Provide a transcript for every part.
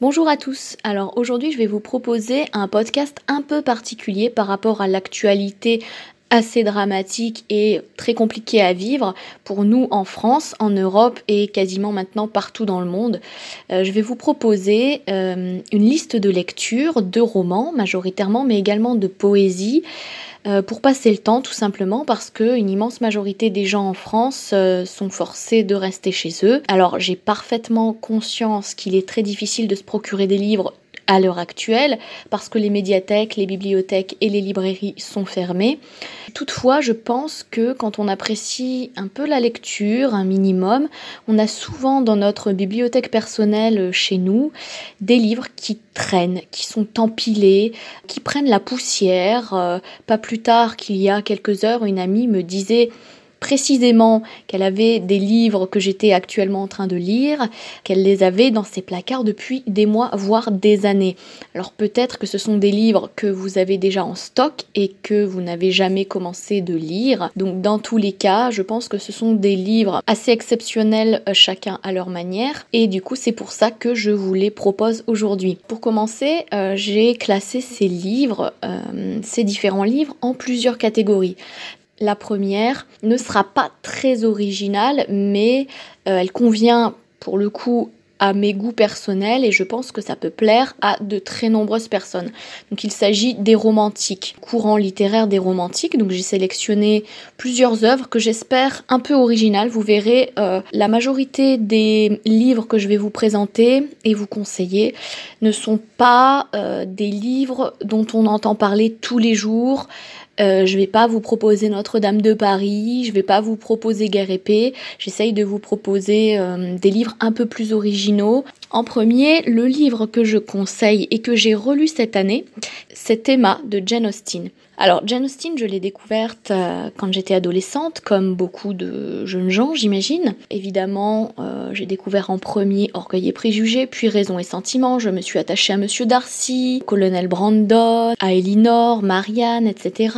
Bonjour à tous, alors aujourd'hui je vais vous proposer un podcast un peu particulier par rapport à l'actualité assez dramatique et très compliquée à vivre pour nous en France, en Europe et quasiment maintenant partout dans le monde. Je vais vous proposer une liste de lectures, de romans majoritairement mais également de poésie. Pour passer le temps tout simplement parce qu'une immense majorité des gens en France sont forcés de rester chez eux. Alors j'ai parfaitement conscience qu'il est très difficile de se procurer des livres à l'heure actuelle parce que les médiathèques, les bibliothèques et les librairies sont fermées. Toutefois, je pense que quand on apprécie un peu la lecture, un minimum, on a souvent dans notre bibliothèque personnelle chez nous des livres qui traînent, qui sont empilés, qui prennent la poussière. Pas plus tard qu'il y a quelques heures, une amie me disait précisément qu'elle avait des livres que j'étais actuellement en train de lire, qu'elle les avait dans ses placards depuis des mois, voire des années. Alors peut-être que ce sont des livres que vous avez déjà en stock et que vous n'avez jamais commencé de lire. Donc dans tous les cas, je pense que ce sont des livres assez exceptionnels, chacun à leur manière. Et du coup, c'est pour ça que je vous les propose aujourd'hui. Pour commencer, j'ai classé ces différents livres en plusieurs catégories. La première ne sera pas très originale, mais elle convient pour le coup à mes goûts personnels et je pense que ça peut plaire à de très nombreuses personnes. Donc il s'agit des romantiques, courant littéraire des romantiques. Donc j'ai sélectionné plusieurs œuvres que j'espère un peu originales. Vous verrez, la majorité des livres que je vais vous présenter et vous conseiller ne sont pas des livres dont on entend parler tous les jours. Je vais pas vous proposer Notre-Dame de Paris, je vais pas vous proposer Guerre et Paix, j'essaye de vous proposer des livres un peu plus originaux. En premier, le livre que je conseille et que j'ai relu cette année, c'est Emma de Jane Austen. Alors Jane Austen, je l'ai découverte quand j'étais adolescente, comme beaucoup de jeunes gens, j'imagine. Évidemment, j'ai découvert en premier Orgueil et Préjugés, puis Raison et Sentiment. Je me suis attachée à Monsieur Darcy, Colonel Brandon, à Elinor, Marianne, etc.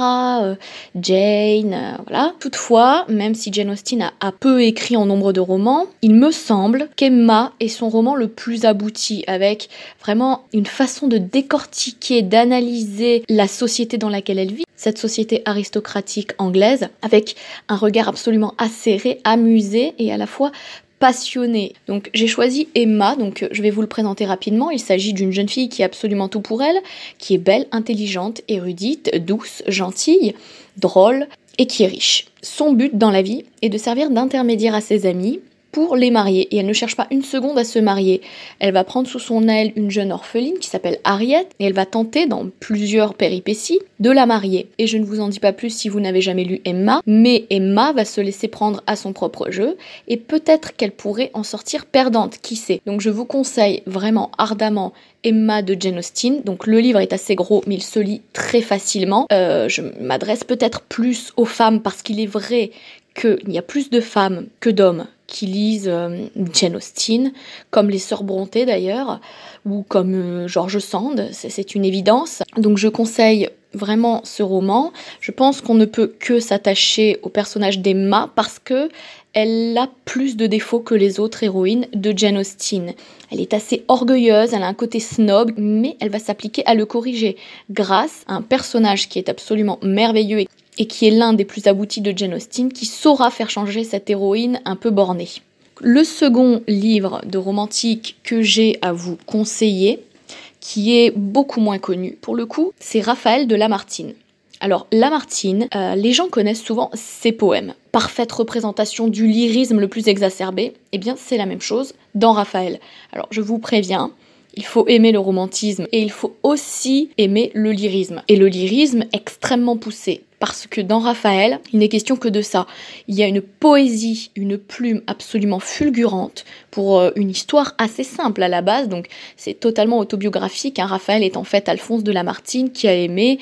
Jane, voilà. Toutefois, même si Jane Austen a peu écrit en nombre de romans, il me semble qu'Emma est son roman le plus abouti, avec vraiment une façon de décortiquer, d'analyser la société dans laquelle elle vit, cette société aristocratique anglaise, avec un regard absolument acéré, amusé et à la fois passionné. Donc j'ai choisi Emma, donc je vais vous le présenter rapidement. Il s'agit d'une jeune fille qui a absolument tout pour elle, qui est belle, intelligente, érudite, douce, gentille, drôle et qui est riche. Son but dans la vie est de servir d'intermédiaire à ses amis pour les marier, et elle ne cherche pas une seconde à se marier. Elle va prendre sous son aile une jeune orpheline qui s'appelle Harriet, et elle va tenter, dans plusieurs péripéties, de la marier. Et je ne vous en dis pas plus si vous n'avez jamais lu Emma, mais Emma va se laisser prendre à son propre jeu, et peut-être qu'elle pourrait en sortir perdante, qui sait. Donc je vous conseille vraiment ardemment Emma de Jane Austen. Donc le livre est assez gros, mais il se lit très facilement. Je m'adresse peut-être plus aux femmes, parce qu'il est vrai qu'il y a plus de femmes que d'hommes qui lisent Jane Austen, comme les sœurs Brontë d'ailleurs, ou comme George Sand, c'est une évidence. Donc je conseille vraiment ce roman. Je pense qu'on ne peut que s'attacher au personnage d'Emma parce que elle a plus de défauts que les autres héroïnes de Jane Austen. Elle est assez orgueilleuse, elle a un côté snob, mais elle va s'appliquer à le corriger grâce à un personnage qui est absolument merveilleux et qui est l'un des plus aboutis de Jane Austen, qui saura faire changer cette héroïne un peu bornée. Le second livre de romantique que j'ai à vous conseiller, qui est beaucoup moins connu pour le coup, c'est Raphaël de Lamartine. Alors Lamartine, les gens connaissent souvent ses poèmes. Parfaite représentation du lyrisme le plus exacerbé, eh bien c'est la même chose dans Raphaël. Alors je vous préviens, il faut aimer le romantisme et il faut aussi aimer le lyrisme. Et le lyrisme extrêmement poussé. Parce que dans Raphaël, il n'est question que de ça. Il y a une poésie, une plume absolument fulgurante pour une histoire assez simple à la base, donc c'est totalement autobiographique. Raphaël est en fait Alphonse de Lamartine qui a aimé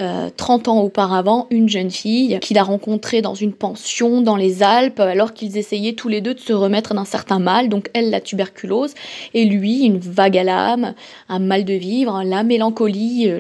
30 ans auparavant une jeune fille qu'il a rencontrée dans une pension dans les Alpes alors qu'ils essayaient tous les deux de se remettre d'un certain mal, donc elle la tuberculose et lui une vague à l'âme, un mal de vivre, la mélancolie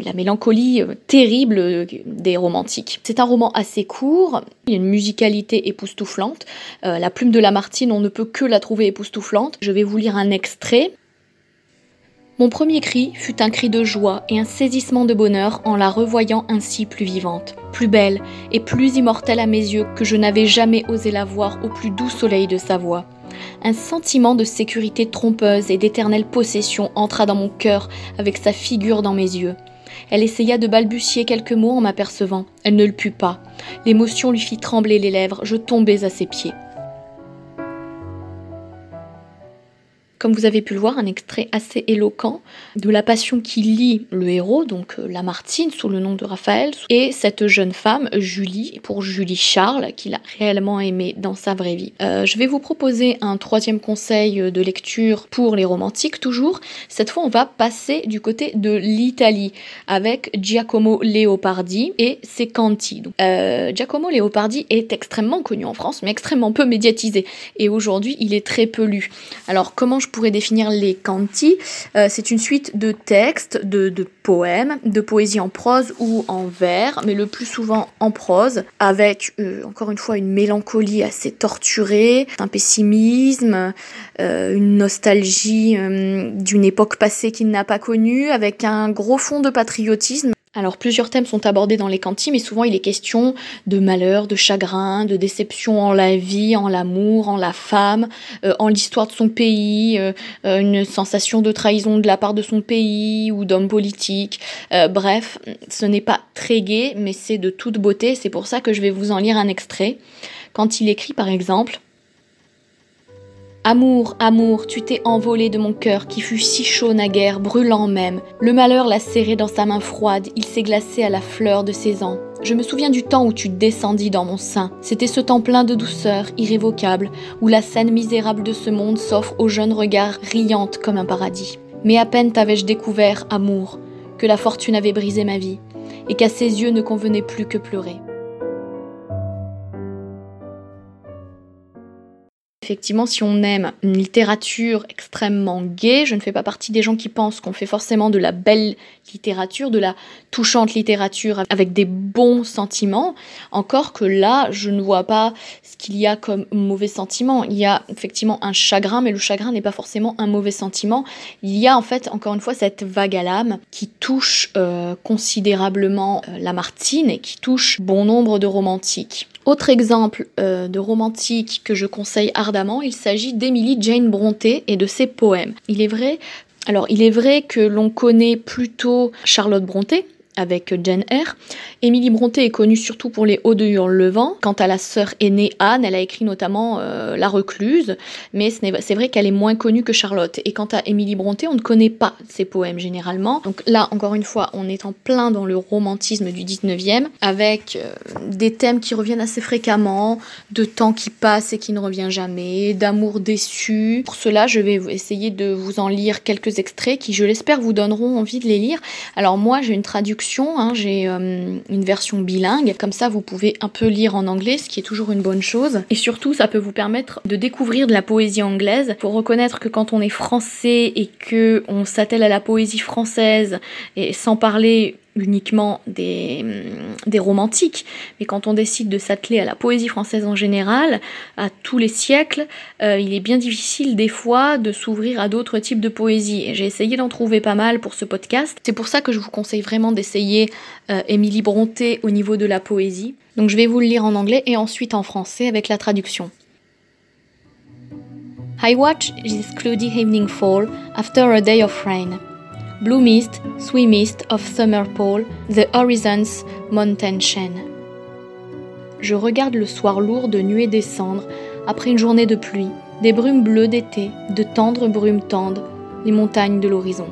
terrible des romantiques. C'est un roman assez court, il y a une musicalité époustouflante. La plume de Lamartine, on ne peut que la trouver époustouflante. Je vais vous lire un extrait. Mon premier cri fut un cri de joie et un saisissement de bonheur en la revoyant ainsi plus vivante, plus belle et plus immortelle à mes yeux que je n'avais jamais osé la voir au plus doux soleil de sa voix. Un sentiment de sécurité trompeuse et d'éternelle possession entra dans mon cœur avec sa figure dans mes yeux. Elle essaya de balbutier quelques mots en m'apercevant. Elle ne le put pas. L'émotion lui fit trembler les lèvres. Je tombais à ses pieds. Comme vous avez pu le voir, un extrait assez éloquent de la passion qui lie le héros, donc Lamartine sous le nom de Raphaël, et cette jeune femme, Julie, pour Julie Charles, qu'il a réellement aimée dans sa vraie vie. Je vais vous proposer un troisième conseil de lecture pour les romantiques toujours. Cette fois, on va passer du côté de l'Italie avec Giacomo Leopardi et ses Canti. Giacomo Leopardi est extrêmement connu en France, mais extrêmement peu médiatisé. Et aujourd'hui, il est très peu lu. Alors, comment je pourrais définir les Canti? C'est une suite de textes, de poèmes, de poésie en prose ou en vers, mais le plus souvent en prose, avec encore une fois une mélancolie assez torturée, un pessimisme, une nostalgie d'une époque passée qu'il n'a pas connue, avec un gros fond de patriotisme. Alors plusieurs thèmes sont abordés dans les Canti, mais souvent il est question de malheur, de chagrin, de déception en la vie, en l'amour, en la femme, en l'histoire de son pays, une sensation de trahison de la part de son pays ou d'hommes politiques. Bref, ce n'est pas très gai, mais c'est de toute beauté, c'est pour ça que je vais vous en lire un extrait. Quand il écrit par exemple: Amour, amour, tu t'es envolé de mon cœur qui fut si chaud naguère, brûlant même. Le malheur l'a serré dans sa main froide, il s'est glacé à la fleur de ses ans. Je me souviens du temps où tu descendis dans mon sein. C'était ce temps plein de douceur, irrévocable, où la scène misérable de ce monde s'offre aux jeunes regards riante comme un paradis. Mais à peine t'avais-je découvert, amour, que la fortune avait brisé ma vie, et qu'à ses yeux ne convenait plus que pleurer. Effectivement, si on aime une littérature extrêmement gaie, je ne fais pas partie des gens qui pensent qu'on fait forcément de la belle littérature, de la touchante littérature avec des bons sentiments, encore que là, je ne vois pas ce qu'il y a comme mauvais sentiment. Il y a effectivement un chagrin, mais le chagrin n'est pas forcément un mauvais sentiment. Il y a en fait, encore une fois, cette vague à l'âme qui touche considérablement Lamartine et qui touche bon nombre de romantiques. Autre exemple de romantique que je conseille ardemment, il s'agit d'Emily Jane Brontë et de ses poèmes. Il est vrai que l'on connaît plutôt Charlotte Brontë avec Jane Eyre. Emily Brontë est connue surtout pour Les Hauts de Hurlevent. Quant à la sœur aînée Anne, elle a écrit notamment La Recluse, mais c'est vrai qu'elle est moins connue que Charlotte. Et quant à Emily Brontë, on ne connaît pas ses poèmes généralement. Donc là, encore une fois, on est en plein dans le romantisme du 19e, avec des thèmes qui reviennent assez fréquemment, de temps qui passe et qui ne revient jamais, d'amour déçu. Pour cela, je vais essayer de vous en lire quelques extraits qui, je l'espère, vous donneront envie de les lire. Alors moi, j'ai une traduction, j'ai une version bilingue, comme ça vous pouvez un peu lire en anglais, ce qui est toujours une bonne chose, et surtout ça peut vous permettre de découvrir de la poésie anglaise. Faut reconnaître que quand on est français et que on s'attelle à la poésie française, et sans parler uniquement des romantiques, mais quand on décide de s'atteler à la poésie française en général, à tous les siècles, il est bien difficile des fois de s'ouvrir à d'autres types de poésie. Et j'ai essayé d'en trouver pas mal pour ce podcast. C'est pour ça que je vous conseille vraiment d'essayer Emily Brontë au niveau de la poésie. Donc je vais vous le lire en anglais et ensuite en français avec la traduction. I watch this cloudy evening fall after a day of rain. Blue mist, sweet mist of summer pall, the horizon's mountain chain. Je regarde le soir lourd de nuées descendre, après une journée de pluie, des brumes bleues d'été, de tendres brumes tendent, les montagnes de l'horizon.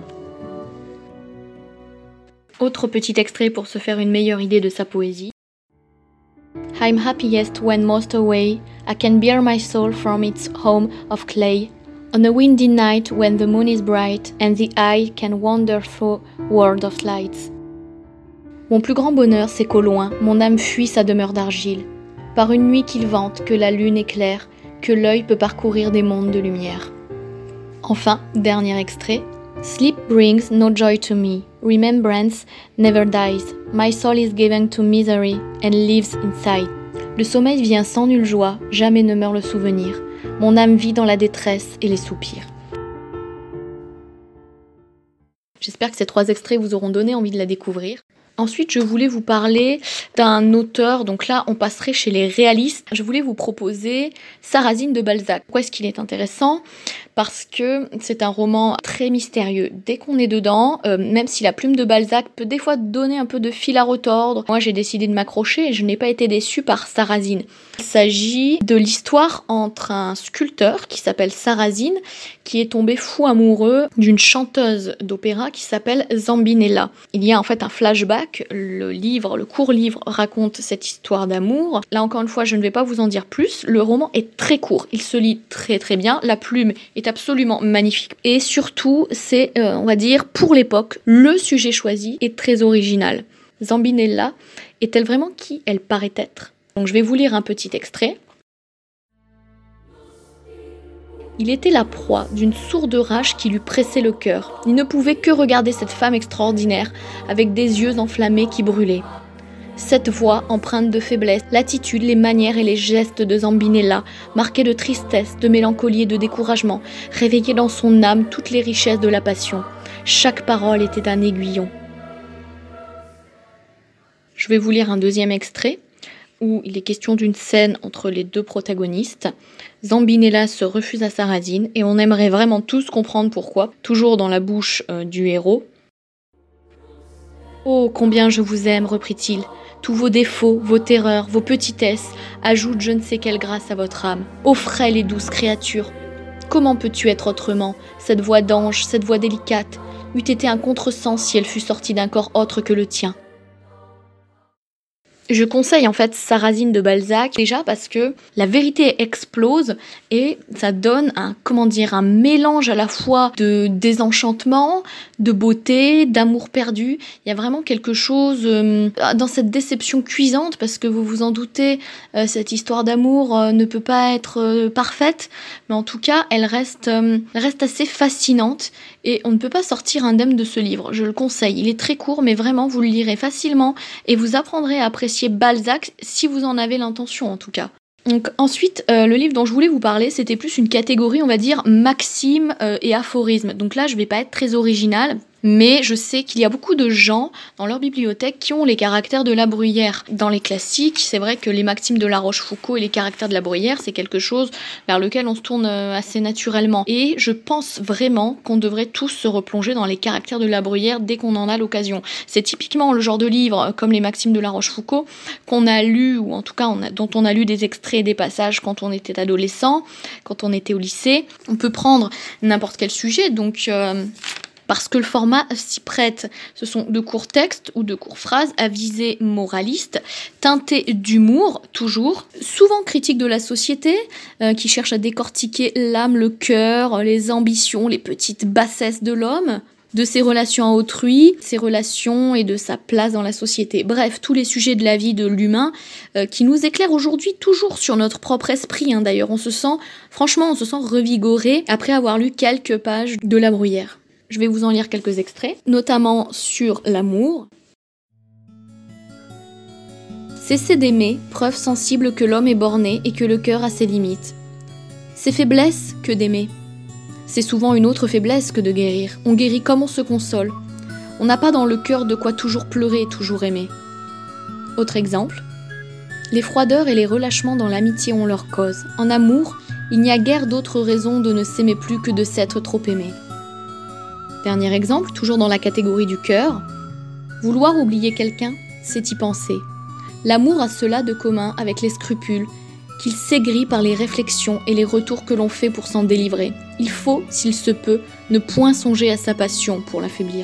Autre petit extrait pour se faire une meilleure idée de sa poésie. I'm happiest when most away, I can bear my soul from its home of clay. On a windy night when the moon is bright and the eye can wander through world of lights. Mon plus grand bonheur, c'est qu'au loin, mon âme fuit sa demeure d'argile. Par une nuit qu'il vente, que la lune éclaire, que l'œil peut parcourir des mondes de lumière. Enfin, dernier extrait. Sleep brings no joy to me. Remembrance never dies. My soul is given to misery and lives inside. Le sommeil vient sans nulle joie, jamais ne meurt le souvenir. Mon âme vit dans la détresse et les soupirs. J'espère que ces 3 extraits vous auront donné envie de la découvrir. Ensuite, je voulais vous parler d'un auteur, donc là, on passerait chez les réalistes. Je voulais vous proposer Sarrasine de Balzac. Pourquoi est-ce qu'il est intéressant ? Parce que c'est un roman très mystérieux. Dès qu'on est dedans, même si la plume de Balzac peut des fois donner un peu de fil à retordre, moi j'ai décidé de m'accrocher et je n'ai pas été déçue par Sarrasine. Il s'agit de l'histoire entre un sculpteur qui s'appelle Sarrasine, qui est tombé fou amoureux d'une chanteuse d'opéra qui s'appelle Zambinella. Il y a en fait un flashback, le court livre raconte cette histoire d'amour. Là encore une fois, je ne vais pas vous en dire plus, le roman est très court, il se lit très très bien, la plume est absolument magnifique et surtout c'est, on va dire, pour l'époque, le sujet choisi est très original. Zambinella est-elle vraiment qui elle paraît être ? Donc je vais vous lire un petit extrait. Il était la proie d'une sourde rage qui lui pressait le cœur. Il ne pouvait que regarder cette femme extraordinaire, avec des yeux enflammés qui brûlaient. Cette voix, empreinte de faiblesse, l'attitude, les manières et les gestes de Zambinella, marqués de tristesse, de mélancolie et de découragement, réveillaient dans son âme toutes les richesses de la passion. Chaque parole était un aiguillon. Je vais vous lire un deuxième extrait, où il est question d'une scène entre les 2 protagonistes. Zambinella se refuse à Sarrasine et on aimerait vraiment tous comprendre pourquoi, toujours dans la bouche du héros. « Oh, combien je vous aime, reprit-il. Tous vos défauts, vos terreurs, vos petitesses ajoutent je ne sais quelle grâce à votre âme. Ô frêle et douce créature, comment peux-tu être autrement ? Cette voix d'ange, cette voix délicate, eût été un contresens si elle fût sortie d'un corps autre que le tien. » Je conseille en fait Sarrasine de Balzac déjà parce que la vérité explose et ça donne un mélange à la fois de désenchantement, de beauté, d'amour perdu. Il y a vraiment quelque chose dans cette déception cuisante parce que vous vous en doutez, cette histoire d'amour ne peut pas être parfaite, mais en tout cas elle reste assez fascinante et on ne peut pas sortir indemne de ce livre. Je le conseille, il est très court mais vraiment vous le lirez facilement et vous apprendrez à apprécier Balzac si vous en avez l'intention en tout cas. Donc ensuite, le livre dont je voulais vous parler, c'était plus une catégorie, on va dire, maximes et aphorismes. Donc là, je vais pas être très originale, mais je sais qu'il y a beaucoup de gens dans leur bibliothèque qui ont les caractères de La Bruyère. Dans les classiques, c'est vrai que les maximes de La Rochefoucauld et les caractères de La Bruyère, c'est quelque chose vers lequel on se tourne assez naturellement. Et je pense vraiment qu'on devrait tous se replonger dans les caractères de La Bruyère dès qu'on en a l'occasion. C'est typiquement le genre de livre, comme les maximes de La Rochefoucauld, qu'on a lu, ou en tout cas dont on a lu des extraits et des passages quand on était adolescent, quand on était au lycée. On peut prendre n'importe quel sujet, donc... parce que le format s'y prête. Ce sont de courts textes ou de courtes phrases à visée moraliste, teintés d'humour, toujours, souvent critiques de la société, qui cherche à décortiquer l'âme, le cœur, les ambitions, les petites bassesses de l'homme, de ses relations à autrui, ses relations et de sa place dans la société. Bref, tous les sujets de la vie de l'humain qui nous éclairent aujourd'hui toujours sur notre propre esprit. D'ailleurs, on se sent revigoré après avoir lu quelques pages de La Bruyère. Je vais vous en lire quelques extraits, notamment sur l'amour. Cessez d'aimer, preuve sensible que l'homme est borné et que le cœur a ses limites. C'est faiblesse que d'aimer. C'est souvent une autre faiblesse que de guérir. On guérit comme on se console. On n'a pas dans le cœur de quoi toujours pleurer et toujours aimer. Autre exemple. Les froideurs et les relâchements dans l'amitié ont leur cause. En amour, il n'y a guère d'autre raison de ne s'aimer plus que de s'être trop aimé. Dernier exemple, toujours dans la catégorie du cœur. Vouloir oublier quelqu'un, c'est y penser. L'amour a cela de commun avec les scrupules, qu'il s'aigrit par les réflexions et les retours que l'on fait pour s'en délivrer. Il faut, s'il se peut, ne point songer à sa passion pour l'affaiblir.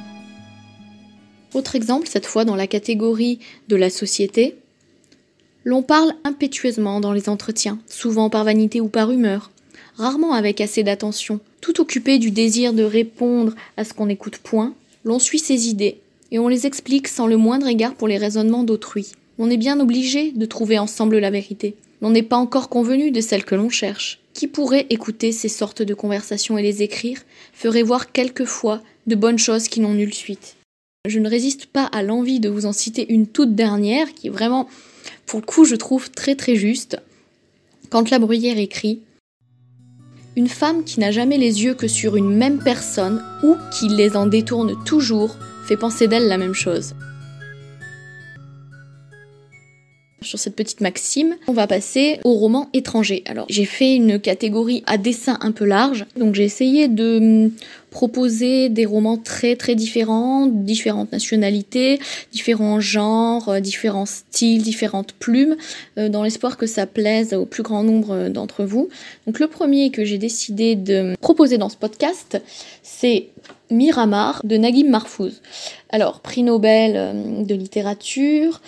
Autre exemple, cette fois dans la catégorie de la société. L'on parle impétueusement dans les entretiens, souvent par vanité ou par humeur, rarement avec assez d'attention. Tout occupé du désir de répondre à ce qu'on n'écoute point, l'on suit ses idées, et on les explique sans le moindre égard pour les raisonnements d'autrui. On est bien obligé de trouver ensemble la vérité. L'on n'est pas encore convenu de celle que l'on cherche. Qui pourrait écouter ces sortes de conversations et les écrire, ferait voir quelquefois de bonnes choses qui n'ont nulle suite. Je ne résiste pas à l'envie de vous en citer une toute dernière, qui est vraiment, pour le coup, je trouve très très juste. Quand La Bruyère écrit: Une femme qui n'a jamais les yeux que sur une même personne ou qui les en détourne toujours fait penser d'elle la même chose. Sur cette petite maxime, on va passer au roman étranger. Alors, j'ai fait une catégorie à dessin un peu large, donc j'ai essayé de proposer des romans très très différents, différentes nationalités, différents genres, différents styles, différentes plumes, dans l'espoir que ça plaise au plus grand nombre d'entre vous. Donc le premier que j'ai décidé de proposer dans ce podcast, c'est Miramar de Naguib Mahfouz. Alors, prix Nobel de littérature,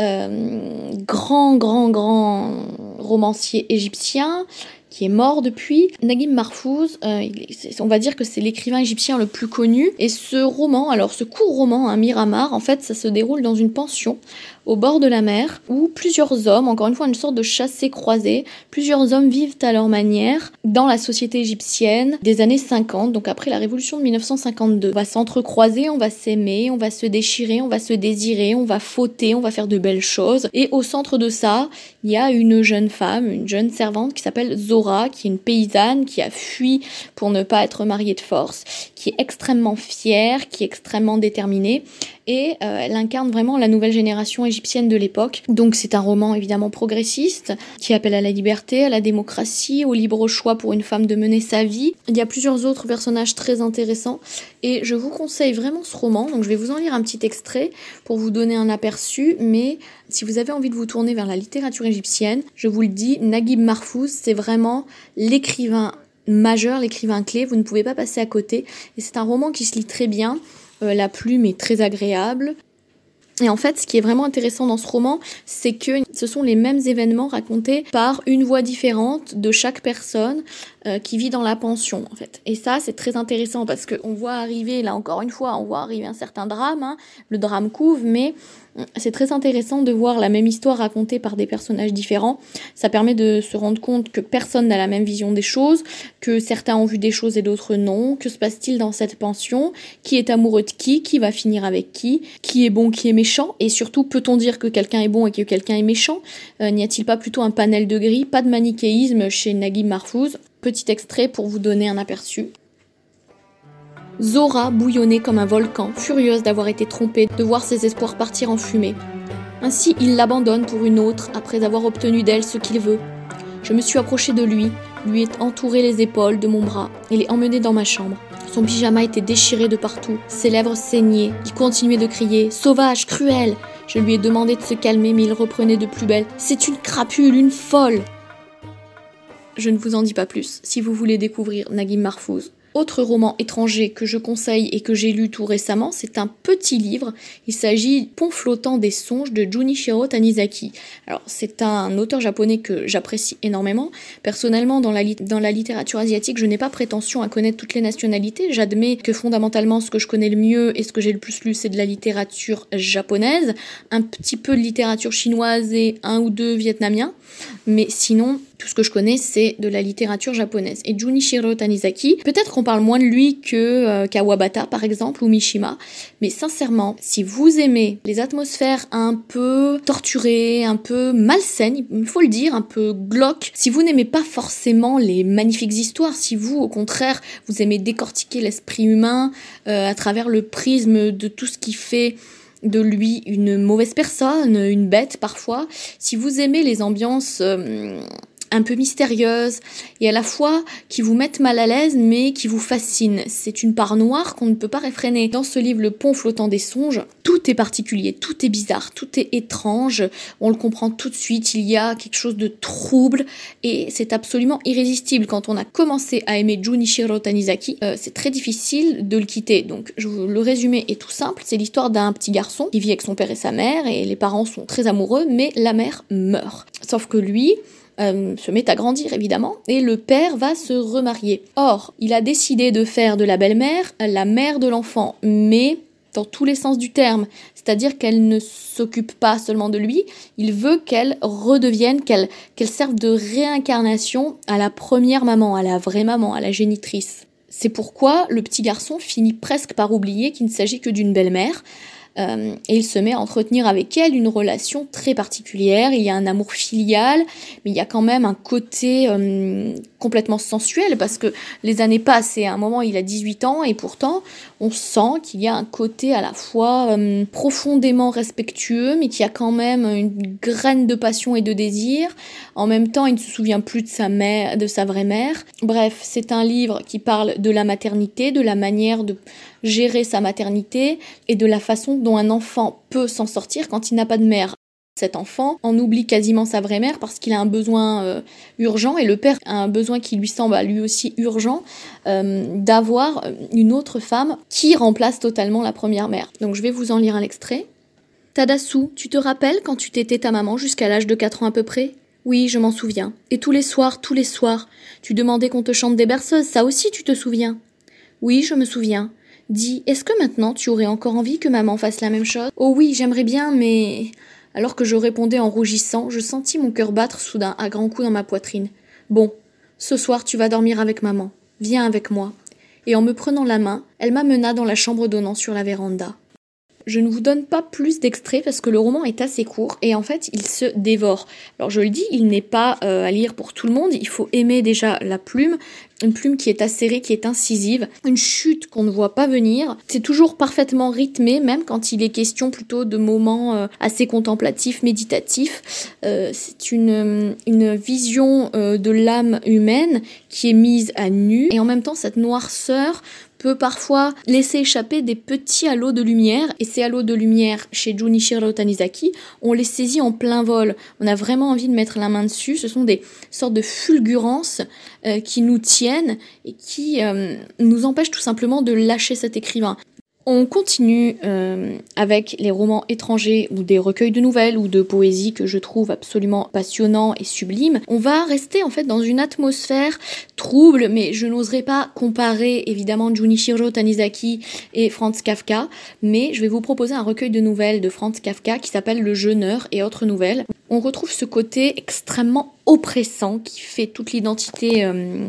grand romancier égyptien qui est mort depuis. Naguib Mahfouz, on va dire que c'est l'écrivain égyptien le plus connu. Et ce roman, alors ce court roman, Miramar, en fait, ça se déroule dans une pension au bord de la mer, où plusieurs hommes, encore une fois une sorte de chassé-croisé, plusieurs hommes vivent à leur manière dans la société égyptienne des années 50, donc après la révolution de 1952. On va s'entrecroiser, on va s'aimer, on va se déchirer, on va se désirer, on va fauter, on va faire de belles choses. Et au centre de ça, il y a une jeune femme, une jeune servante qui s'appelle Zora, qui est une paysanne, qui a fui pour ne pas être mariée de force, qui est extrêmement fière, qui est extrêmement déterminée, et elle incarne vraiment la nouvelle génération égyptienne de l'époque. Donc c'est un roman évidemment progressiste, qui appelle à la liberté, à la démocratie, au libre choix pour une femme de mener sa vie. Il y a plusieurs autres personnages très intéressants, et je vous conseille vraiment ce roman, donc je vais vous en lire un petit extrait pour vous donner un aperçu, mais si vous avez envie de vous tourner vers la littérature égyptienne, je vous le dis, Naguib Mahfouz, c'est vraiment l'écrivain majeur, l'écrivain clé, vous ne pouvez pas passer à côté, et c'est un roman qui se lit très bien, la plume est très agréable. Et en fait, ce qui est vraiment intéressant dans ce roman, c'est que ce sont les mêmes événements racontés par une voix différente de chaque personne qui vit dans la pension, en fait. Et ça, c'est très intéressant parce qu'on voit arriver, là encore une fois, on voit arriver un certain drame, le drame couve, mais c'est très intéressant de voir la même histoire racontée par des personnages différents. Ça permet de se rendre compte que personne n'a la même vision des choses, que certains ont vu des choses et d'autres non. Que se passe-t-il dans cette pension? Qui est amoureux de qui va finir avec qui est bon, qui est méchant? Et surtout, peut-on dire que quelqu'un est bon et que quelqu'un est méchant? N'y a-t-il pas plutôt un panel de gris? Pas de manichéisme chez Naguib Mahfouz. Petit extrait pour vous donner un aperçu. Zora bouillonnait comme un volcan, furieuse d'avoir été trompée, de voir ses espoirs partir en fumée. Ainsi, il l'abandonne pour une autre, après avoir obtenu d'elle ce qu'il veut. Je me suis approchée de lui ai entouré les épaules de mon bras et l'ai emmené dans ma chambre. Son pyjama était déchiré de partout, ses lèvres saignaient, il continuait de crier « Sauvage, cruel !» Je lui ai demandé de se calmer, mais il reprenait de plus belle « C'est une crapule, une folle !» Je ne vous en dis pas plus, si vous voulez découvrir Naguib Mahfouz. Autre roman étranger que je conseille et que j'ai lu tout récemment, c'est un petit livre. Il s'agit Pont flottant des songes de Junichiro Tanizaki. Alors, c'est un auteur japonais que j'apprécie énormément. Personnellement, dans la littérature asiatique, je n'ai pas prétention à connaître toutes les nationalités. J'admets que fondamentalement, ce que je connais le mieux et ce que j'ai le plus lu, c'est de la littérature japonaise, un petit peu de littérature chinoise et un ou deux vietnamiens. Mais sinon, tout ce que je connais, c'est de la littérature japonaise. Et Junichiro Tanizaki, peut-être qu'on parle moins de lui que Kawabata, par exemple, ou Mishima. Mais sincèrement, si vous aimez les atmosphères un peu torturées, un peu malsaines, il faut le dire, un peu glauques, si vous n'aimez pas forcément les magnifiques histoires, si vous, au contraire, vous aimez décortiquer l'esprit humain à travers le prisme de tout ce qui fait de lui une mauvaise personne, une bête parfois, si vous aimez les ambiances un peu mystérieuses et à la fois qui vous mettent mal à l'aise mais qui vous fascinent. C'est une part noire qu'on ne peut pas réfréner. Dans ce livre, Le pont flottant des songes, tout est particulier, tout est bizarre, tout est étrange, on le comprend tout de suite, il y a quelque chose de trouble et c'est absolument irrésistible. Quand on a commencé à aimer Junichiro Tanizaki, c'est très difficile de le quitter. Donc le résumé est tout simple, c'est l'histoire d'un petit garçon qui vit avec son père et sa mère et les parents sont très amoureux mais la mère meurt. Sauf que lui se met à grandir évidemment, et le père va se remarier. Or, il a décidé de faire de la belle-mère la mère de l'enfant, mais dans tous les sens du terme, c'est-à-dire qu'elle ne s'occupe pas seulement de lui, il veut qu'elle redevienne, qu'elle serve de réincarnation à la première maman, à la vraie maman, à la génitrice. C'est pourquoi le petit garçon finit presque par oublier qu'il ne s'agit que d'une belle-mère, et il se met à entretenir avec elle une relation très particulière. Il y a un amour filial, mais il y a quand même un côté complètement sensuel, parce que les années passent et à un moment il a 18 ans et pourtant on sent qu'il y a un côté à la fois profondément respectueux, mais qu'il y a quand même une graine de passion et de désir. En même temps, il ne se souvient plus de sa vraie mère. Bref, c'est un livre qui parle de la maternité, de la manière de gérer sa maternité et de la façon dont un enfant peut s'en sortir quand il n'a pas de mère. Cet enfant en oublie quasiment sa vraie mère parce qu'il a un besoin urgent, et le père a un besoin qui lui semble lui aussi urgent, d'avoir une autre femme qui remplace totalement la première mère. Donc je vais vous en lire un extrait. Tadasu, tu te rappelles quand tu t'étais ta maman jusqu'à l'âge de 4 ans à peu près ? Oui, je m'en souviens. Et tous les soirs, tu demandais qu'on te chante des berceuses, ça aussi tu te souviens ? Oui, je me souviens. Dis, est-ce que maintenant tu aurais encore envie que maman fasse la même chose ? Oh oui, j'aimerais bien, mais... Alors que je répondais en rougissant, je sentis mon cœur battre soudain à grands coups dans ma poitrine. Bon, ce soir tu vas dormir avec maman. Viens avec moi. Et en me prenant la main, elle m'amena dans la chambre donnant sur la véranda. Je ne vous donne pas plus d'extraits parce que le roman est assez court et en fait il se dévore. Alors je le dis, il n'est pas à lire pour tout le monde, il faut aimer déjà la plume, une plume qui est acérée, qui est incisive, une chute qu'on ne voit pas venir. C'est toujours parfaitement rythmé, même quand il est question plutôt de moments assez contemplatifs, méditatifs. C'est une vision de l'âme humaine qui est mise à nu, et en même temps cette noirceur peut parfois laisser échapper des petits halos de lumière, et ces halos de lumière chez Junichiro Tanizaki, on les saisit en plein vol. On a vraiment envie de mettre la main dessus. Ce sont des sortes de fulgurances qui nous tiennent et qui nous empêchent tout simplement de lâcher cet écrivain. On continue avec les romans étrangers ou des recueils de nouvelles ou de poésie que je trouve absolument passionnants et sublimes. On va rester en fait dans une atmosphère trouble, mais je n'oserais pas comparer évidemment Junichiro Tanizaki et Franz Kafka, mais je vais vous proposer un recueil de nouvelles de Franz Kafka qui s'appelle Le Jeûneur et autres nouvelles. On retrouve ce côté extrêmement oppressant qui fait toute l'identité,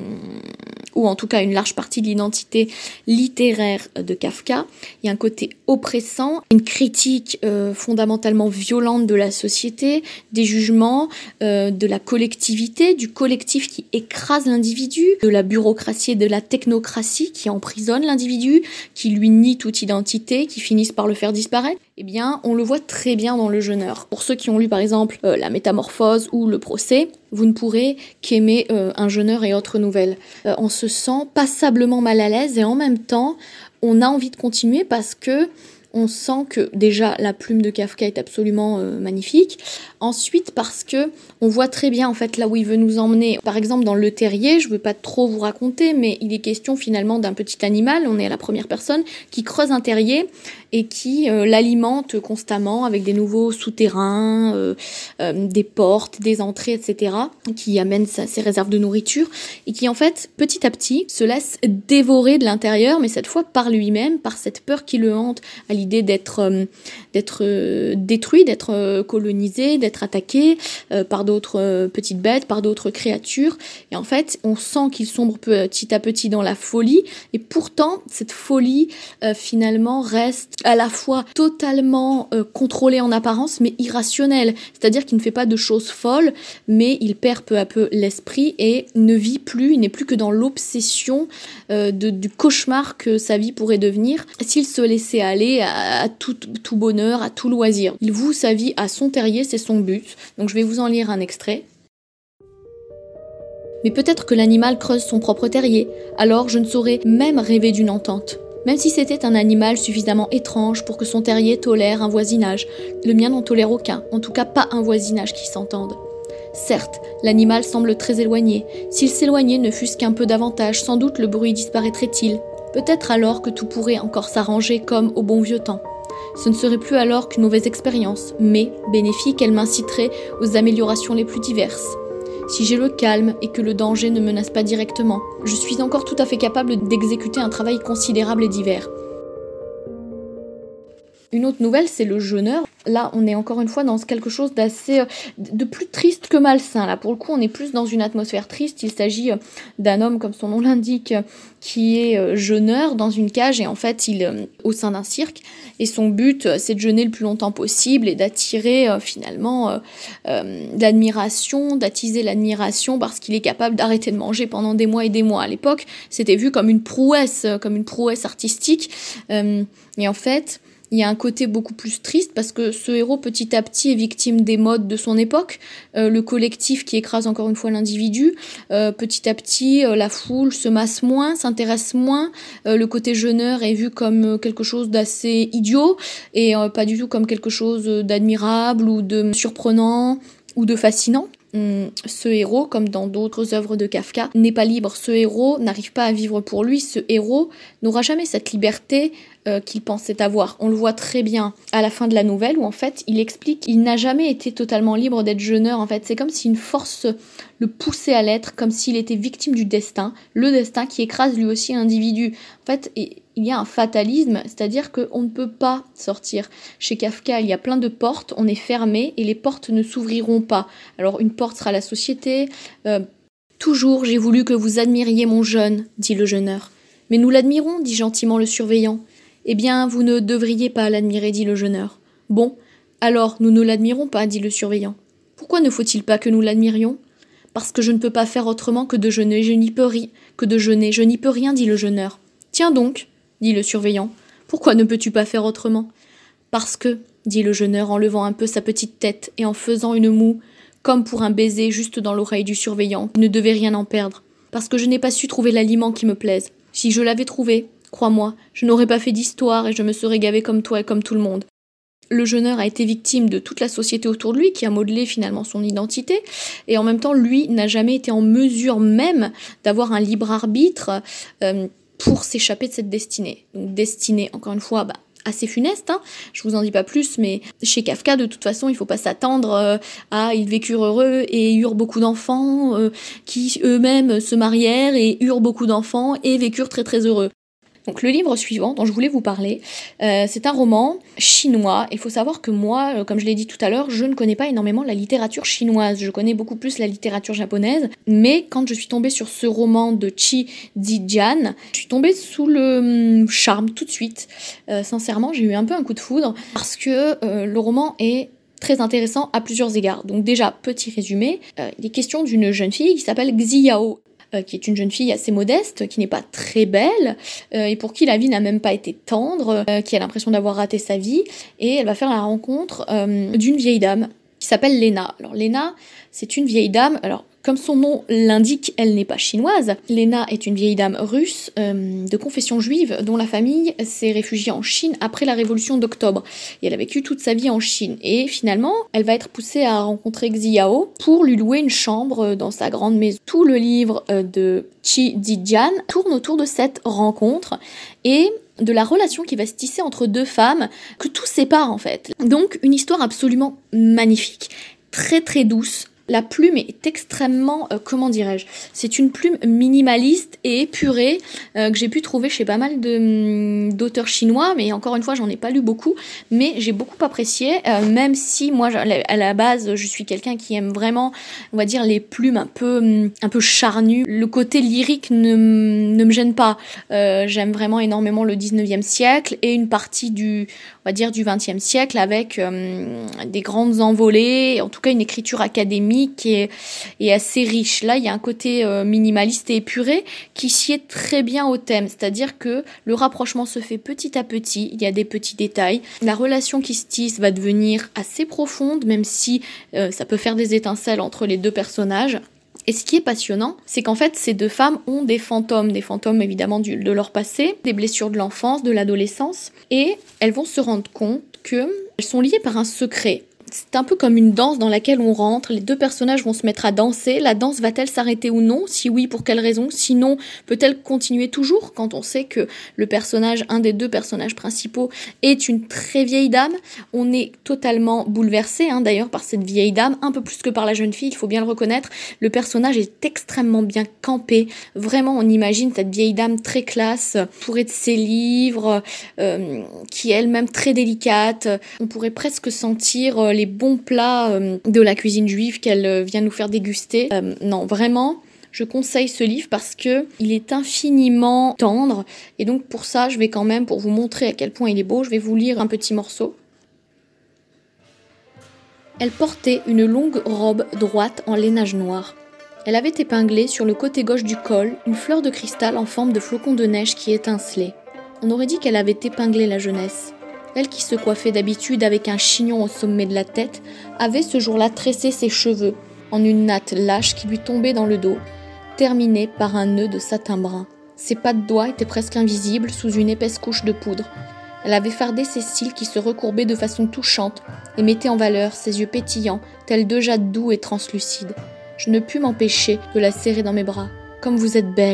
ou en tout cas une large partie de l'identité littéraire de Kafka. Il y a un côté oppressant, une critique fondamentalement violente de la société, des jugements, de la collectivité, du collectif qui écrase l'individu, de la bureaucratie et de la technocratie qui emprisonne l'individu, qui lui nie toute identité, qui finissent par le faire disparaître. Eh bien, on le voit très bien dans Le Jeûneur. Pour ceux qui ont lu par exemple La Métamorphose ou Le Procès, vous ne pourrez qu'aimer Un Jeûneur et autres nouvelles. On se sent passablement mal à l'aise et en même temps, on a envie de continuer parce que on sent que déjà la plume de Kafka est absolument magnifique. Ensuite parce que on voit très bien en fait là où il veut nous emmener. Par exemple dans Le Terrier, je ne veux pas trop vous raconter, mais il est question finalement d'un petit animal, on est à la première personne, qui creuse un terrier et qui l'alimente constamment avec des nouveaux souterrains, des portes, des entrées, etc., qui amènent ses réserves de nourriture et qui en fait petit à petit se laisse dévorer de l'intérieur, mais cette fois par lui-même, par cette peur qui le hante à l'idée d'être détruit, d'être colonisé, d'être attaqué par d'autres petites bêtes, par d'autres créatures. Et en fait, on sent qu'il sombre petit à petit dans la folie, et pourtant cette folie finalement reste à la fois totalement contrôlée en apparence, mais irrationnelle. C'est-à-dire qu'il ne fait pas de choses folles, mais il perd peu à peu l'esprit et ne vit plus, il n'est plus que dans l'obsession du cauchemar que sa vie pourrait devenir s'il se laissait aller à tout bonheur, à tout loisir. Il voue sa vie à son terrier, c'est son but. Donc je vais vous en lire un extrait. Mais peut-être que l'animal creuse son propre terrier, alors je ne saurais même rêver d'une entente. Même si c'était un animal suffisamment étrange pour que son terrier tolère un voisinage, le mien n'en tolère aucun, en tout cas pas un voisinage qui s'entende. Certes, l'animal semble très éloigné. S'il s'éloignait ne fût-ce qu'un peu davantage, sans doute le bruit disparaîtrait-il. Peut-être alors que tout pourrait encore s'arranger comme au bon vieux temps. Ce ne serait plus alors qu'une mauvaise expérience, mais, bénéfique, elle m'inciterait aux améliorations les plus diverses. Si j'ai le calme et que le danger ne menace pas directement, je suis encore tout à fait capable d'exécuter un travail considérable et divers. Une autre nouvelle, c'est Le Jeûneur. Là, on est encore une fois dans quelque chose de plus triste que malsain. Là, pour le coup, on est plus dans une atmosphère triste. Il s'agit d'un homme, comme son nom l'indique, qui est jeûneur dans une cage et en fait, il est au sein d'un cirque. Et son but, c'est de jeûner le plus longtemps possible et d'attirer finalement l'admiration, d'attiser l'admiration parce qu'il est capable d'arrêter de manger pendant des mois et des mois. À l'époque, c'était vu comme une prouesse artistique. Et en fait, il y a un côté beaucoup plus triste parce que ce héros petit à petit est victime des modes de son époque, le collectif qui écrase encore une fois l'individu, petit à petit la foule se masse moins, s'intéresse moins, le côté jeûneur est vu comme quelque chose d'assez idiot et pas du tout comme quelque chose d'admirable ou de surprenant ou de fascinant. Ce héros, comme dans d'autres œuvres de Kafka, n'est pas libre. Ce héros n'arrive pas à vivre pour lui. Ce héros n'aura jamais cette liberté qu'il pensait avoir. On le voit très bien à la fin de la nouvelle où en fait il explique qu'il n'a jamais été totalement libre d'être jeûneur. En fait, c'est comme si une force le poussait à l'être, comme s'il était victime du destin, le destin qui écrase lui aussi l'individu. En fait, il y a un fatalisme, c'est-à-dire qu'on ne peut pas sortir. Chez Kafka, il y a plein de portes, on est fermé et les portes ne s'ouvriront pas. Alors une porte sera la société. Toujours j'ai voulu que vous admiriez mon jeûne, dit le jeûneur. Mais nous l'admirons, dit gentiment le surveillant. Eh bien, vous ne devriez pas l'admirer, dit le jeûneur. Bon, alors nous ne l'admirons pas, dit le surveillant. Pourquoi ne faut-il pas que nous l'admirions ? Parce que je ne peux pas faire autrement que de jeûner, je n'y peux rien, dit le jeûneur. Tiens donc, dit le surveillant, pourquoi ne peux-tu pas faire autrement ? Parce que, dit le jeûneur en levant un peu sa petite tête et en faisant une moue, comme pour un baiser juste dans l'oreille du surveillant, qui ne devait rien en perdre. Parce que je n'ai pas su trouver l'aliment qui me plaise. Si je l'avais trouvé, crois-moi, je n'aurais pas fait d'histoire et je me serais gavé comme toi et comme tout le monde. Le jeûneur a été victime de toute la société autour de lui, qui a modelé finalement son identité, et en même temps, lui n'a jamais été en mesure même d'avoir un libre arbitre pour s'échapper de cette destinée. Donc destinée, encore une fois, assez funeste, je vous en dis pas plus, mais chez Kafka, de toute façon, il faut pas s'attendre à ils vécurent heureux et eurent beaucoup d'enfants, qui eux-mêmes se marièrent et eurent beaucoup d'enfants et vécurent très très heureux. Donc le livre suivant dont je voulais vous parler, c'est un roman chinois. Il faut savoir que moi, comme je l'ai dit tout à l'heure, je ne connais pas énormément la littérature chinoise. Je connais beaucoup plus la littérature japonaise. Mais quand je suis tombée sur ce roman de Qi Zijian, je suis tombée sous le charme tout de suite. Sincèrement, j'ai eu un peu un coup de foudre parce que le roman est très intéressant à plusieurs égards. Donc déjà, petit résumé, il est question d'une jeune fille qui s'appelle Xiao, qui est une jeune fille assez modeste, qui n'est pas très belle, et pour qui la vie n'a même pas été tendre, qui a l'impression d'avoir raté sa vie, et elle va faire la rencontre d'une vieille dame qui s'appelle Lena. Alors Lena, c'est une vieille dame, alors comme son nom l'indique, elle n'est pas chinoise. Lena est une vieille dame russe de confession juive dont la famille s'est réfugiée en Chine après la révolution d'octobre. Et elle a vécu toute sa vie en Chine. Et finalement, elle va être poussée à rencontrer Xiao pour lui louer une chambre dans sa grande maison. Tout le livre de Qi Zijian tourne autour de cette rencontre et de la relation qui va se tisser entre deux femmes que tout sépare en fait. Donc une histoire absolument magnifique, très très douce. La plume est extrêmement, c'est une plume minimaliste et épurée que j'ai pu trouver chez pas mal d'auteurs chinois, mais encore une fois, j'en ai pas lu beaucoup, mais j'ai beaucoup apprécié, même si moi, à la base, je suis quelqu'un qui aime vraiment, on va dire, les plumes un peu charnues. Le côté lyrique ne me gêne pas. J'aime vraiment énormément le 19e siècle et une partie du 20e siècle avec des grandes envolées, en tout cas une écriture académique qui est assez riche. Là, il y a un côté minimaliste et épuré qui sied très bien au thème, c'est-à-dire que le rapprochement se fait petit à petit, il y a des petits détails. La relation qui se tisse va devenir assez profonde, même si ça peut faire des étincelles entre les deux personnages. Et ce qui est passionnant, c'est qu'en fait, ces deux femmes ont des fantômes évidemment de leur passé, des blessures de l'enfance, de l'adolescence, et elles vont se rendre compte qu'elles sont liées par un secret. c'est un peu comme une danse dans laquelle on rentre, les deux personnages vont se mettre à danser, la danse va-t-elle s'arrêter ou non? Si oui, pour quelle raison? Sinon, peut-elle continuer toujours quand on sait que le personnage, un des deux personnages principaux, est une très vieille dame? On est totalement bouleversé d'ailleurs par cette vieille dame, un peu plus que par la jeune fille, il faut bien le reconnaître. Le personnage est extrêmement bien campé, vraiment on imagine cette vieille dame très classe, entourée de ses livres, qui est elle-même très délicate. On pourrait presque sentir les bons plats de la cuisine juive qu'elle vient nous faire déguster. Non, vraiment, je conseille ce livre parce que il est infiniment tendre. Et donc pour ça, je vais quand même, pour vous montrer à quel point il est beau, je vais vous lire un petit morceau. Elle portait une longue robe droite en lainage noir. Elle avait épinglé sur le côté gauche du col une fleur de cristal en forme de flocon de neige qui étincelait. On aurait dit qu'elle avait épinglé la jeunesse. Elle qui se coiffait d'habitude avec un chignon au sommet de la tête, avait ce jour-là tressé ses cheveux en une natte lâche qui lui tombait dans le dos, terminée par un nœud de satin brun. Ses pas de doigts étaient presque invisibles sous une épaisse couche de poudre. Elle avait fardé ses cils qui se recourbaient de façon touchante et mettait en valeur ses yeux pétillants, tels deux jades doux et translucides. Je ne pus m'empêcher de la serrer dans mes bras. « Comme vous êtes belle !»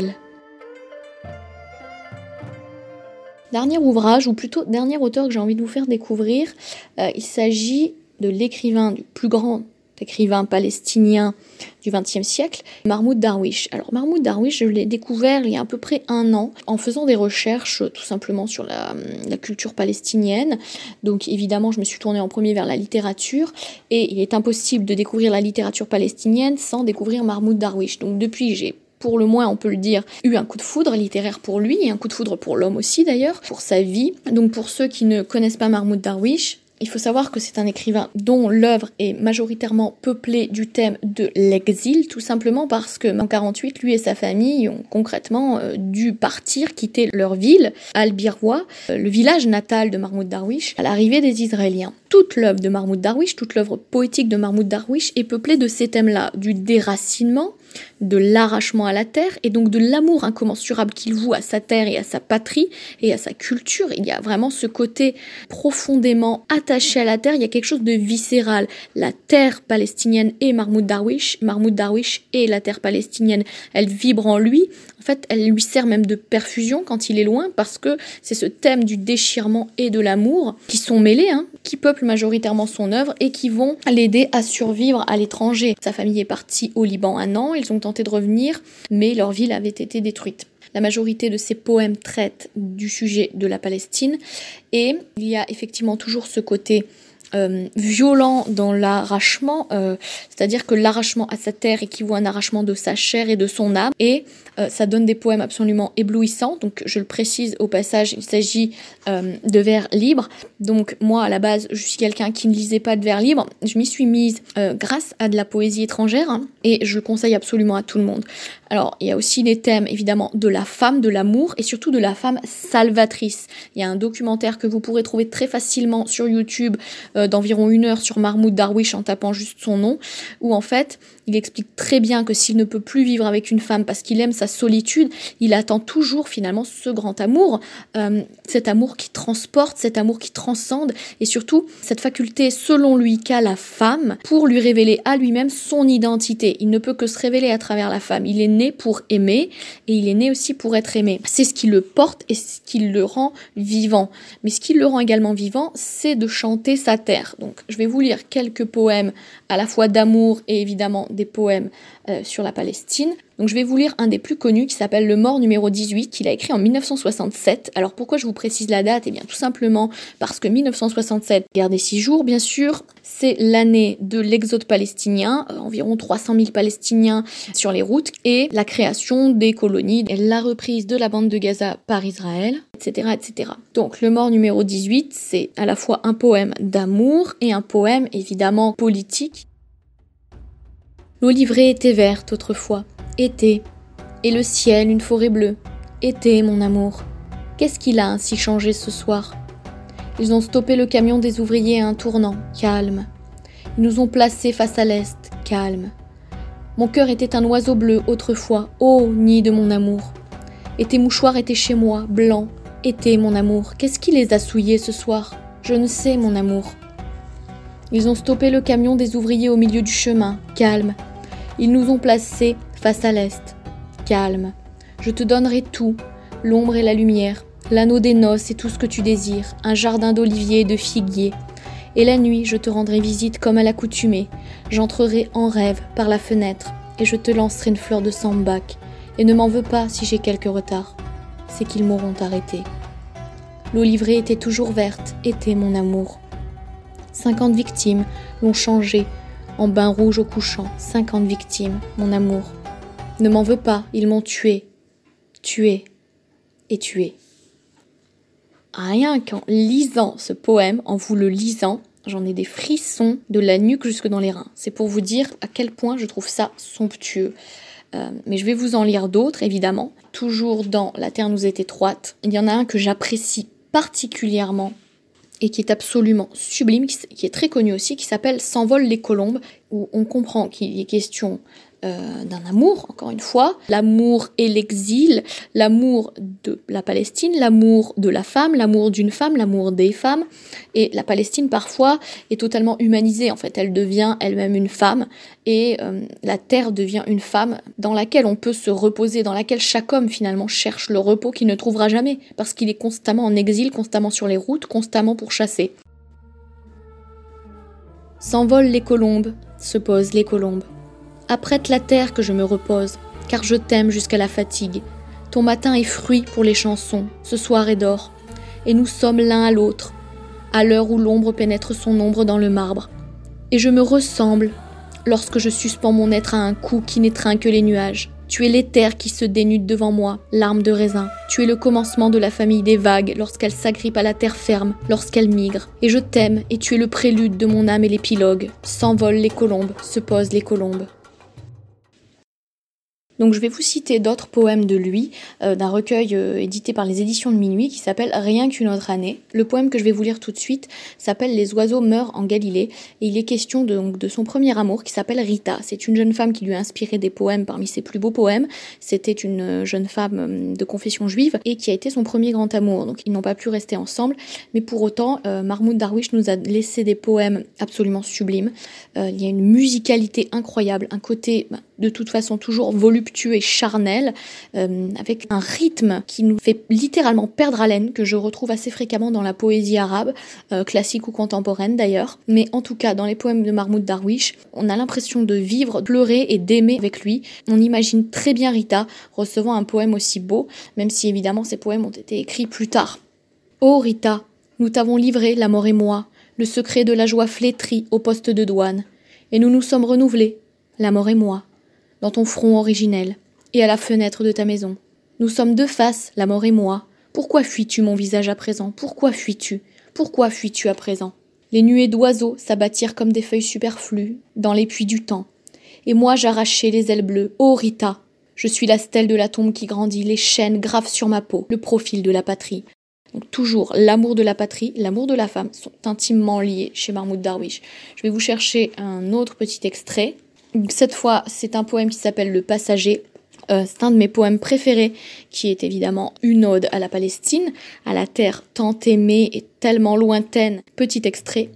Dernier ouvrage, ou plutôt dernier auteur que j'ai envie de vous faire découvrir, il s'agit de l'écrivain, du plus grand écrivain palestinien du XXe siècle, Mahmoud Darwish. Alors Mahmoud Darwish, je l'ai découvert il y a à peu près 1 an, en faisant des recherches tout simplement sur la culture palestinienne. Donc évidemment, je me suis tournée en premier vers la littérature, et il est impossible de découvrir la littérature palestinienne sans découvrir Mahmoud Darwish. Donc depuis, j'ai pour le moins, on peut le dire, eu un coup de foudre littéraire pour lui, et un coup de foudre pour l'homme aussi d'ailleurs, pour sa vie. Donc pour ceux qui ne connaissent pas Mahmoud Darwish, il faut savoir que c'est un écrivain dont l'œuvre est majoritairement peuplée du thème de l'exil, tout simplement parce que en 1948, lui et sa famille ont concrètement dû partir, quitter leur ville, Al-Birwa, le village natal de Mahmoud Darwish, à l'arrivée des Israéliens. Toute l'œuvre de Mahmoud Darwish, toute l'œuvre poétique de Mahmoud Darwish est peuplée de ces thèmes-là, du déracinement, de l'arrachement à la terre et donc de l'amour incommensurable qu'il voue à sa terre et à sa patrie et à sa culture. Il y a vraiment ce côté profondément attaché à la terre, il y a quelque chose de viscéral. La terre palestinienne et Mahmoud Darwish et la terre palestinienne, elle vibre en lui. En fait, elle lui sert même de perfusion quand il est loin parce que c'est ce thème du déchirement et de l'amour qui sont mêlés, qui peuplent majoritairement son œuvre et qui vont l'aider à survivre à l'étranger. Sa famille est partie au Liban 1 an, ils ont tenté de revenir, mais leur ville avait été détruite. La majorité de ses poèmes traitent du sujet de la Palestine et il y a effectivement toujours ce côté violent dans l'arrachement, c'est-à-dire que l'arrachement à sa terre équivaut à un arrachement de sa chair et de son âme, et ça donne des poèmes absolument éblouissants. Donc je le précise au passage, il s'agit de vers libres. Donc moi à la base je suis quelqu'un qui ne lisait pas de vers libres, je m'y suis mise grâce à de la poésie étrangère, et je le conseille absolument à tout le monde. Alors il y a aussi les thèmes évidemment de la femme, de l'amour et surtout de la femme salvatrice. Il y a un documentaire que vous pourrez trouver très facilement sur YouTube d'environ 1 heure sur Mahmoud Darwish en tapant juste son nom, où en fait il explique très bien que s'il ne peut plus vivre avec une femme parce qu'il aime sa solitude, il attend toujours finalement ce grand amour, cet amour qui transporte, cet amour qui transcende, et surtout cette faculté selon lui qu'a la femme pour lui révéler à lui-même son identité. Il ne peut que se révéler à travers la femme. Il est né pour aimer et il est né aussi pour être aimé. C'est ce qui le porte et ce qui le rend vivant. Mais ce qui le rend également vivant, c'est de chanter sa terre. Donc je vais vous lire quelques poèmes à la fois d'amour et évidemment des poèmes sur la Palestine. Donc je vais vous lire un des plus connus qui s'appelle Le Mort numéro 18, qu'il a écrit en 1967. Alors pourquoi je vous précise la date? Eh bien tout simplement parce que 1967, guerre des 6 jours bien sûr, c'est l'année de l'exode palestinien, environ 300 000 Palestiniens sur les routes, et la création des colonies, et la reprise de la bande de Gaza par Israël, etc., etc. Donc Le Mort numéro 18, c'est à la fois un poème d'amour et un poème évidemment politique. L'olivier était verte autrefois, été, et le ciel une forêt bleue, été mon amour. Qu'est-ce qu'il a ainsi changé ce soir? Ils ont stoppé le camion des ouvriers à un tournant, calme. Ils nous ont placés face à l'est, calme. Mon cœur était un oiseau bleu autrefois, ô nid de mon amour. Et tes mouchoirs étaient chez moi, blancs, été mon amour. Qu'est-ce qui les a souillés ce soir? Je ne sais, mon amour. Ils ont stoppé le camion des ouvriers au milieu du chemin. Calme. Ils nous ont placés face à l'est. Calme. Je te donnerai tout, l'ombre et la lumière, l'anneau des noces et tout ce que tu désires, un jardin d'oliviers et de figuiers. Et la nuit, je te rendrai visite comme à l'accoutumée. J'entrerai en rêve par la fenêtre et je te lancerai une fleur de sambac. Et ne m'en veux pas si j'ai quelque retard. C'est qu'ils m'auront arrêté. L'olivier était toujours verte, était mon amour. 50 victimes l'ont changé en bain rouge au couchant. 50 victimes, mon amour. Ne m'en veux pas, ils m'ont tué et tué. Rien qu'en lisant ce poème, en vous le lisant, j'en ai des frissons de la nuque jusque dans les reins. C'est pour vous dire à quel point je trouve ça somptueux. Mais je vais vous en lire d'autres, évidemment. Toujours dans La terre nous est étroite. Il y en a un que j'apprécie particulièrement et qui est absolument sublime, qui est très connu aussi, qui s'appelle « S'envolent les colombes », où on comprend qu'il est question d'un amour, encore une fois, l'amour et l'exil, l'amour de la Palestine, l'amour de la femme, l'amour d'une femme, l'amour des femmes. Et la Palestine, parfois, est totalement humanisée. En fait, elle devient elle-même une femme et la terre devient une femme dans laquelle on peut se reposer, dans laquelle chaque homme, finalement, cherche le repos qu'il ne trouvera jamais parce qu'il est constamment en exil, constamment sur les routes, constamment pour chasser. S'envolent les colombes, se posent les colombes. Apprête la terre que je me repose, car je t'aime jusqu'à la fatigue. Ton matin est fruit pour les chansons, ce soir est d'or. Et nous sommes l'un à l'autre, à l'heure où l'ombre pénètre son ombre dans le marbre. Et je me ressemble lorsque je suspends mon être à un cou qui n'étreint que les nuages. Tu es l'éther qui se dénude devant moi, larme de raisin. Tu es le commencement de la famille des vagues lorsqu'elle s'agrippe à la terre ferme, lorsqu'elle migre. Et je t'aime, et tu es le prélude de mon âme et l'épilogue. S'envolent les colombes, se posent les colombes. Donc je vais vous citer d'autres poèmes de lui, d'un recueil édité par les éditions de Minuit qui s'appelle « Rien qu'une autre année ». Le poème que je vais vous lire tout de suite s'appelle « Les oiseaux meurent en Galilée » et il est question de son premier amour qui s'appelle Rita. C'est une jeune femme qui lui a inspiré des poèmes parmi ses plus beaux poèmes. C'était une jeune femme de confession juive et qui a été son premier grand amour. Donc ils n'ont pas pu rester ensemble, mais pour autant Mahmoud Darwish nous a laissé des poèmes absolument sublimes. Il y a une musicalité incroyable, un côté de toute façon toujours voluptueux et charnel, avec un rythme qui nous fait littéralement perdre haleine, que je retrouve assez fréquemment dans la poésie arabe, classique ou contemporaine d'ailleurs. Mais en tout cas, dans les poèmes de Mahmoud Darwish, on a l'impression de vivre, de pleurer et d'aimer avec lui. On imagine très bien Rita recevant un poème aussi beau, même si évidemment ces poèmes ont été écrits plus tard. Ô Rita, nous t'avons livré, la mort et moi, le secret de la joie flétrie au poste de douane, et nous nous sommes renouvelés, la mort et moi, dans ton front originel, et à la fenêtre de ta maison. Nous sommes deux faces, la mort et moi. Pourquoi fuis-tu mon visage à présent? Pourquoi fuis-tu? Pourquoi fuis-tu à présent? Les nuées d'oiseaux s'abattirent comme des feuilles superflues dans les puits du temps. Et moi j'arrachai les ailes bleues. Ô Rita, je suis la stèle de la tombe qui grandit, les chaînes gravent sur ma peau, le profil de la patrie. Donc toujours, l'amour de la patrie, l'amour de la femme sont intimement liés chez Mahmoud Darwish. Je vais vous chercher un autre petit extrait. Cette fois, c'est un poème qui s'appelle « Le passager ». C'est un de mes poèmes préférés, qui est évidemment une ode à la Palestine, à la terre tant aimée et tellement lointaine. Petit extrait.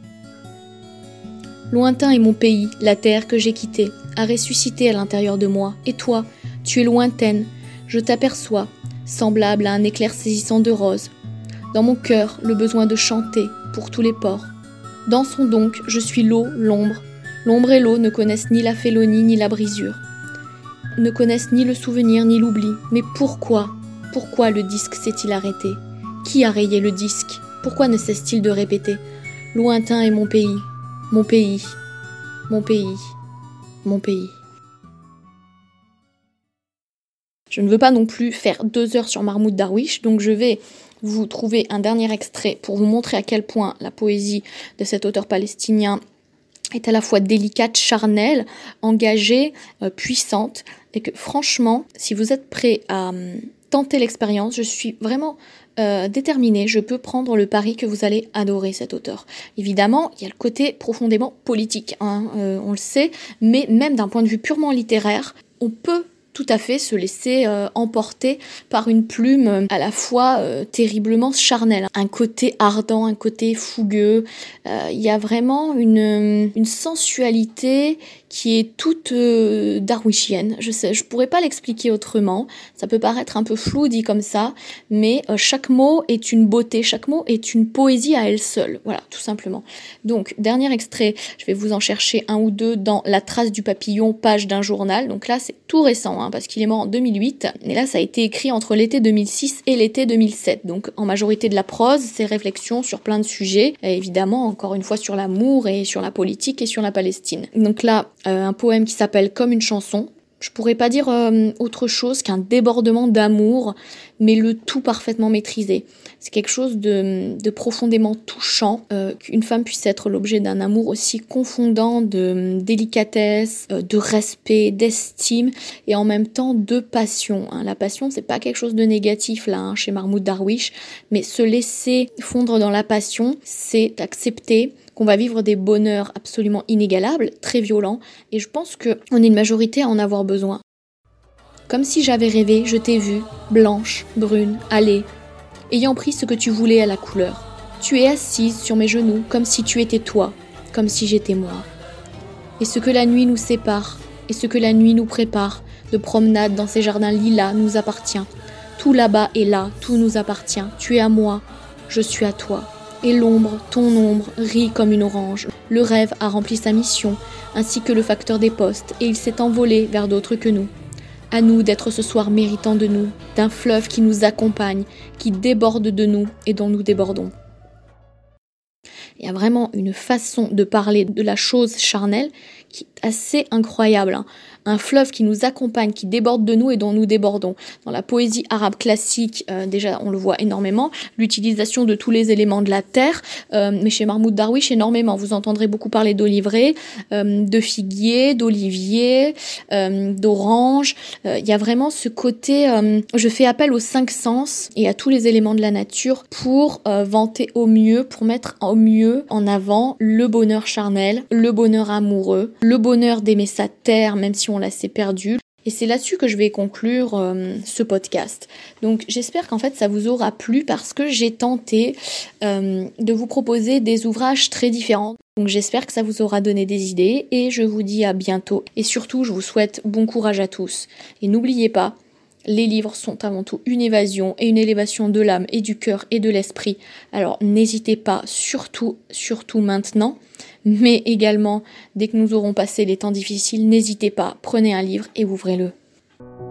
Lointain est mon pays, la terre que j'ai quittée, a ressuscité à l'intérieur de moi. Et toi, tu es lointaine, je t'aperçois, semblable à un éclair saisissant de rose. Dans mon cœur, le besoin de chanter, pour tous les ports. Dansons donc, je suis l'eau, l'ombre. L'ombre et l'eau ne connaissent ni la félonie ni la brisure, ne connaissent ni le souvenir ni l'oubli. Mais pourquoi le disque s'est-il arrêté? Qui a rayé le disque? Pourquoi ne cesse-t-il de répéter? Lointain est mon pays, mon pays, mon pays, mon pays. Je ne veux pas non plus faire 2 heures sur Mahmoud Darwish, donc je vais vous trouver un dernier extrait pour vous montrer à quel point la poésie de cet auteur palestinien est à la fois délicate, charnelle, engagée, puissante, et que franchement, si vous êtes prêts à tenter l'expérience, je suis vraiment déterminée, je peux prendre le pari que vous allez adorer cet auteur. Évidemment, il y a le côté profondément politique, on le sait, mais même d'un point de vue purement littéraire, on peut tout à fait se laisser emporter par une plume à la fois terriblement charnelle. Un côté ardent, un côté fougueux. Il y a vraiment une sensualité qui est toute darwishienne. Je pourrais pas l'expliquer autrement. Ça peut paraître un peu flou dit comme ça, mais chaque mot est une beauté, chaque mot est une poésie à elle seule. Voilà, tout simplement. Donc, dernier extrait, je vais vous en chercher un ou deux dans La trace du papillon, page d'un journal. Donc là, c'est tout récent, parce qu'il est mort en 2008. Et là, ça a été écrit entre l'été 2006 et l'été 2007. Donc, en majorité de la prose, ses réflexions sur plein de sujets. Et évidemment, encore une fois, sur l'amour et sur la politique et sur la Palestine. Donc là, un poème qui s'appelle Comme une chanson. Je pourrais pas dire autre chose qu'un débordement d'amour, mais le tout parfaitement maîtrisé. C'est quelque chose de profondément touchant, qu'une femme puisse être l'objet d'un amour aussi confondant de délicatesse, de respect, d'estime, et en même temps de passion. La passion, c'est pas quelque chose de négatif là, chez Mahmoud Darwish, mais se laisser fondre dans la passion, c'est accepter qu'on va vivre des bonheurs absolument inégalables, très violents, et je pense qu'on est une majorité à en avoir besoin. Comme si j'avais rêvé, je t'ai vue, blanche, brune, allée, ayant pris ce que tu voulais à la couleur. Tu es assise sur mes genoux, comme si tu étais toi, comme si j'étais moi. Et ce que la nuit nous sépare, et ce que la nuit nous prépare, de promenade dans ces jardins lilas nous appartient. Tout là-bas est là, tout nous appartient. Tu es à moi, je suis à toi. Et l'ombre, ton ombre, rit comme une orange. Le rêve a rempli sa mission, ainsi que le facteur des postes, et il s'est envolé vers d'autres que nous. À nous d'être ce soir méritants de nous, d'un fleuve qui nous accompagne, qui déborde de nous et dont nous débordons. Il y a vraiment une façon de parler de la chose charnelle qui est assez incroyable. Un fleuve qui nous accompagne, qui déborde de nous et dont nous débordons. Dans la poésie arabe classique, déjà on le voit énormément, l'utilisation de tous les éléments de la terre, mais chez Mahmoud Darwish énormément. Vous entendrez beaucoup parler d'olivier, de figuier, d'olivier, d'orange. Il y a vraiment ce côté, je fais appel aux 5 sens et à tous les éléments de la nature pour vanter au mieux, pour mettre au mieux en avant le bonheur charnel, le bonheur amoureux, le bonheur d'aimer sa terre, même si on l'a assez perdu. Et c'est là-dessus que je vais conclure ce podcast. Donc j'espère qu'en fait ça vous aura plu parce que j'ai tenté de vous proposer des ouvrages très différents. Donc j'espère que ça vous aura donné des idées et je vous dis à bientôt. Et surtout, je vous souhaite bon courage à tous. Et n'oubliez pas, les livres sont avant tout une évasion et une élévation de l'âme et du cœur et de l'esprit. Alors n'hésitez pas, surtout maintenant, mais également dès que nous aurons passé les temps difficiles, n'hésitez pas, prenez un livre et ouvrez-le.